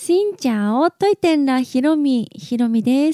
しんちゃおといてんらひろみです。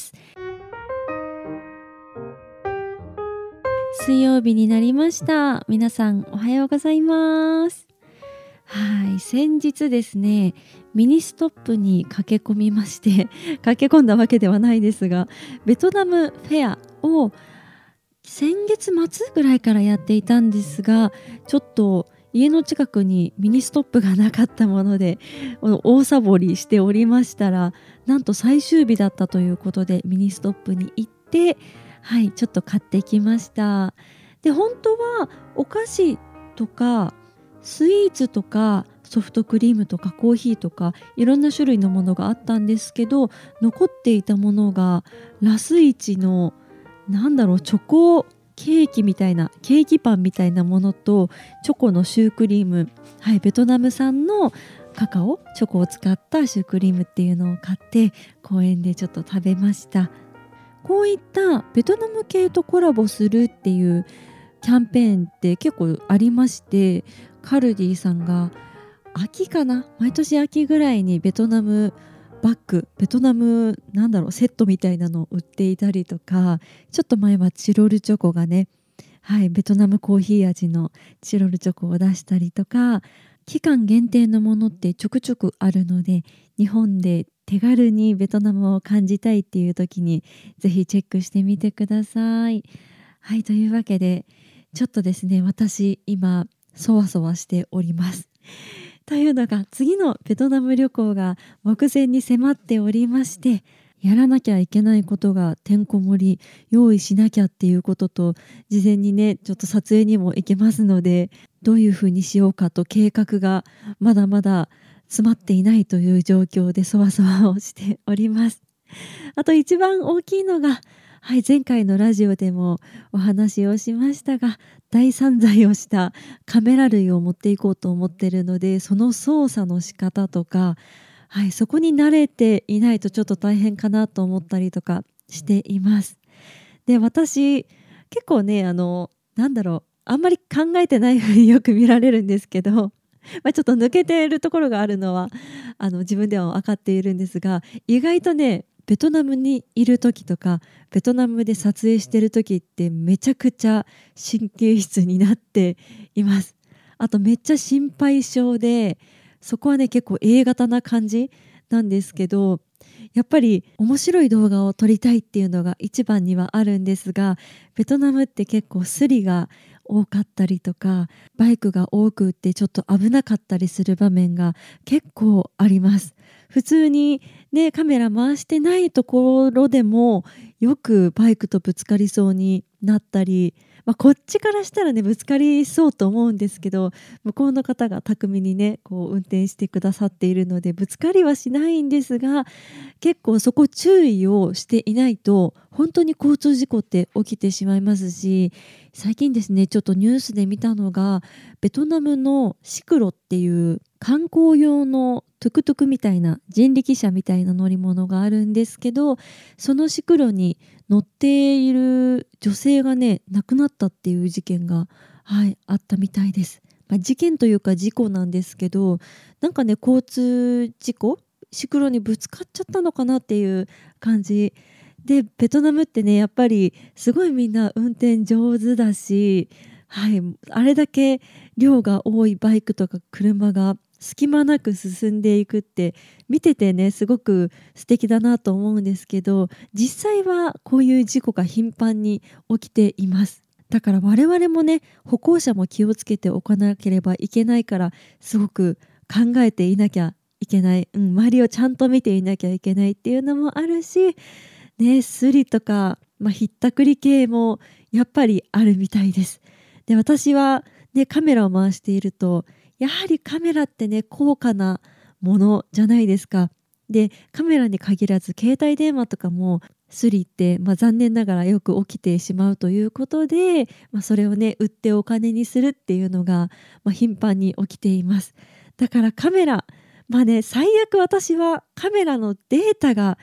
水曜日になりました。皆さんおはようございます。はい、先日ですね、ミニストップに駆け込みまして駆け込んだわけではないですが、ベトナムフェアを先月末ぐらいからやっていたんですが、ちょっと家の近くにミニストップがなかったもので大サボりしておりましたら、なんと最終日だったということでミニストップに行って、はい、ちょっと買ってきました。で、本当はお菓子とかスイーツとかソフトクリームとかコーヒーとかいろんな種類のものがあったんですけど、残っていたものがラスイチのチョコケーキみたいなケーキパンみたいなものとチョコのシュークリーム、はい、ベトナム産のカカオチョコを使ったシュークリームっていうのを買って公園でちょっと食べました。こういったベトナム系とコラボするっていうキャンペーンって結構ありまして、カルディさんが秋かな、毎年秋ぐらいにベトナムバッグ、ベトナムセットみたいなのを売っていたりとか、ちょっと前はチロルチョコがね、はい、ベトナムコーヒー味のチロルチョコを出したりとか、期間限定のものってちょくちょくあるので、日本で手軽にベトナムを感じたいっていう時にぜひチェックしてみてください。はい、というわけでちょっとですね、私今そわそわしております。というのが、次のベトナム旅行が目前に迫っておりまして、やらなきゃいけないことがてんこ盛り、用意しなきゃっていうことと、事前にねちょっと撮影にも行けますので、どういうふうにしようかと計画がまだまだ詰まっていないという状況でそわそわをしております。あと一番大きいのが、はい、前回のラジオでもお話をしましたが、大散財をしたカメラ類を持っていこうと思っているので、その操作の仕方とか、はい、そこに慣れていないとちょっと大変かなと思ったりとかしています。で、私結構ね、あんまり考えてないふうによく見られるんですけどちょっと抜けているところがあるのは自分では分かっているんですが、意外とねベトナムにいる時とかベトナムで撮影してる時ってめちゃくちゃ神経質になっています。あとめっちゃ心配性で、そこはね結構 A 型な感じなんですけど、やっぱり面白い動画を撮りたいっていうのが一番にはあるんですが、ベトナムって結構スリが多かったりとかバイクが多くってちょっと危なかったりする場面が結構あります。普通にねカメラ回してないところでもよくバイクとぶつかりそうになったり、こっちからしたらねぶつかりそうと思うんですけど、向こうの方が巧みにねこう運転してくださっているのでぶつかりはしないんですが、結構そこ注意をしていないと本当に交通事故って起きてしまいますし、最近ですねちょっとニュースで見たのが、ベトナムのシクロっていう観光用のトゥクトゥクみたいな人力車みたいな乗り物があるんですけど、そのシクロに乗っている女性がね亡くなったっていう事件が、はい、あったみたいです。事件というか事故なんですけど、なんかね交通事故、シクロにぶつかっちゃったのかなっていう感じで、ベトナムってねやっぱりすごいみんな運転上手だし、はい、あれだけ量が多いバイクとか車が隙間なく進んでいくって見ててねすごく素敵だなと思うんですけど、実際はこういう事故が頻繁に起きています。だから我々もね歩行者も気をつけておかなければいけないから、すごく考えていなきゃいけない、周りをちゃんと見ていなきゃいけないっていうのもあるしね、スリとか、ひったくり系もやっぱりあるみたいです。で、私はねカメラを回していると、やはりカメラってね高価なものじゃないですか。で、カメラに限らず携帯電話とかもスリって、残念ながらよく起きてしまうということで、それをね売ってお金にするっていうのが、頻繁に起きています。だからカメラ、最悪私はカメラのデータが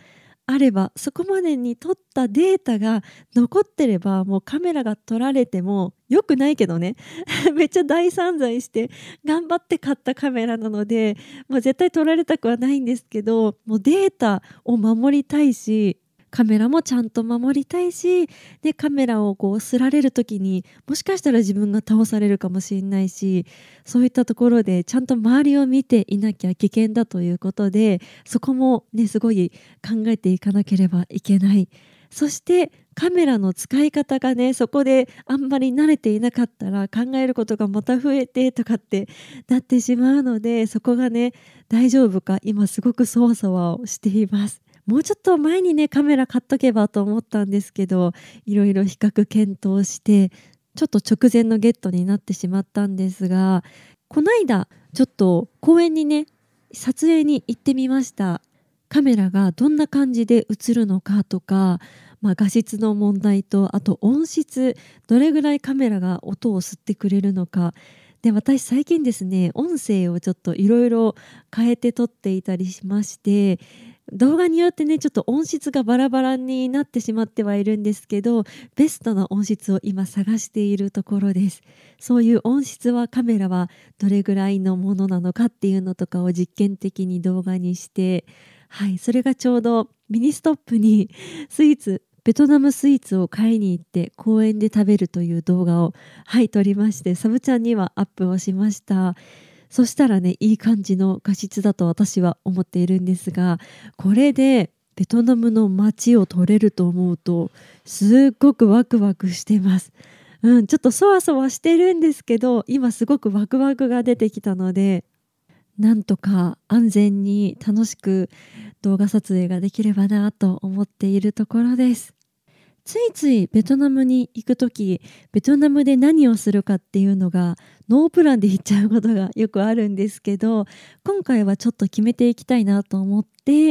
あれば、そこまでに撮ったデータが残ってれば、もうカメラが撮られても良くないけどねめっちゃ大散財して頑張って買ったカメラなので、もう絶対撮られたくはないんですけど、もうデータを守りたいし、カメラもちゃんと守りたいし、でカメラをこう擦られる時にもしかしたら自分が倒されるかもしれないし、そういったところでちゃんと周りを見ていなきゃ危険だということで、そこもねすごい考えていかなければいけない。そしてカメラの使い方がね、そこであんまり慣れていなかったら考えることがまた増えてとかってなってしまうので、そこがね大丈夫か今すごくそわそわをしています。もうちょっと前にねカメラ買っとけばと思ったんですけど、いろいろ比較検討してちょっと直前のゲットになってしまったんですが、こないだちょっと公園にね撮影に行ってみました。カメラがどんな感じで映るのかとか、画質の問題と、あと音質、どれぐらいカメラが音を吸ってくれるのかで、私最近ですね音声をちょっといろいろ変えて撮っていたりしまして、動画によってねちょっと音質がバラバラになってしまってはいるんですけど、ベストな音質を今探しているところです。そういう音質はカメラはどれぐらいのものなのかっていうのとかを実験的に動画にして、はい、それがちょうどミニストップにベトナムスイーツを買いに行って公園で食べるという動画を撮りまして、サブちゃんにはアップをしました。そしたらねいい感じの画質だと私は思っているんですが、これでベトナムの街を撮れると思うとすっごくワクワクしてます。ちょっとそわそわしてるんですけど、今すごくワクワクが出てきたので、なんとか安全に楽しく動画撮影ができればなと思っているところです。ついついベトナムに行くとき、ベトナムで何をするかっていうのがノープランで行っちゃうことがよくあるんですけど、今回はちょっと決めていきたいなと思って、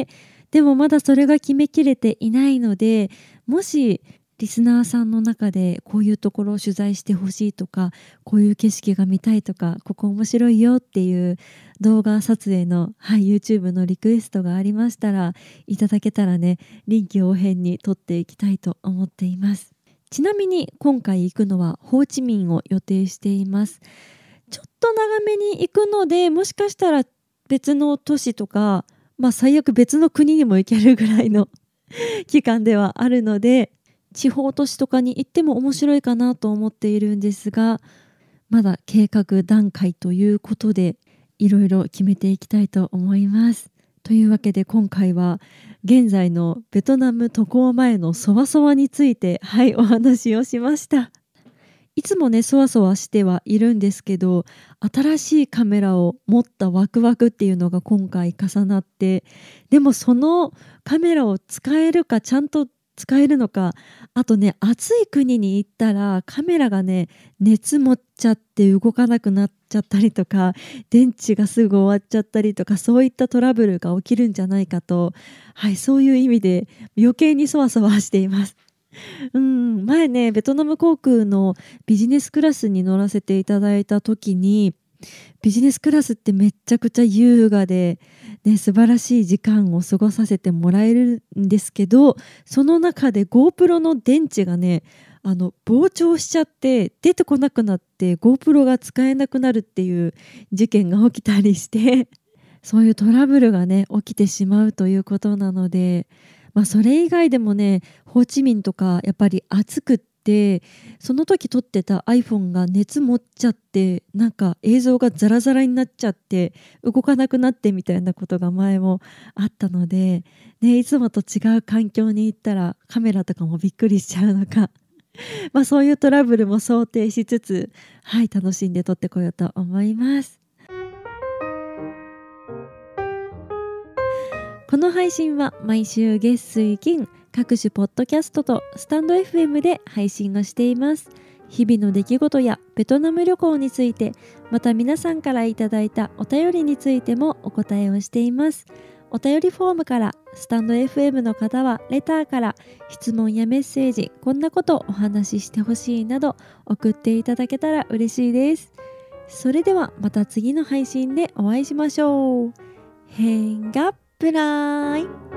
でもまだそれが決めきれていないので、もしリスナーさんの中でこういうところを取材してほしいとか、こういう景色が見たいとか、ここ面白いよっていう動画撮影の、YouTube のリクエストがありましたらいただけたらね、臨機応変に撮っていきたいと思っています。ちなみに今回行くのはホーチミンを予定しています。ちょっと長めに行くので、もしかしたら別の都市とか、最悪別の国にも行けるぐらいの期間ではあるので、地方都市とかに行っても面白いかなと思っているんですが、まだ計画段階ということでいろいろ決めていきたいと思います。というわけで今回は現在のベトナム渡航前のそわそわについてお話をしました。いつもねそわそわしてはいるんですけど、新しいカメラを持ったワクワクっていうのが今回重なって、でもそのカメラを使えるか、ちゃんと使えるのか、あとね暑い国に行ったらカメラがね熱持っちゃって動かなくなっちゃったりとか、電池がすぐ終わっちゃったりとか、そういったトラブルが起きるんじゃないかと、そういう意味で余計にそわそわしています。前ねベトナム航空のビジネスクラスに乗らせていただいた時に、ビジネスクラスってめっちゃくちゃ優雅で、素晴らしい時間を過ごさせてもらえるんですけど、その中で GoPro の電池がね膨張しちゃって出てこなくなって GoPro が使えなくなるっていう事件が起きたりしてそういうトラブルがね起きてしまうということなので、それ以外でもねホーチミンとかやっぱり暑くって、その時撮ってた iPhone が熱持っちゃって、なんか映像がザラザラになっちゃって動かなくなってみたいなことが前もあったので、いつもと違う環境に行ったらカメラとかもびっくりしちゃうのかそういうトラブルも想定しつつ、楽しんで撮ってこようと思います。この配信は毎週月水金各種ポッドキャストとスタンド FM で配信をしています。日々の出来事やベトナム旅行について、また皆さんからいただいたお便りについてもお答えをしています。お便りフォームから、スタンド FM の方はレターから質問やメッセージ、こんなことお話ししてほしいなど送っていただけたら嬉しいです。それではまた次の配信でお会いしましょう。変がプライ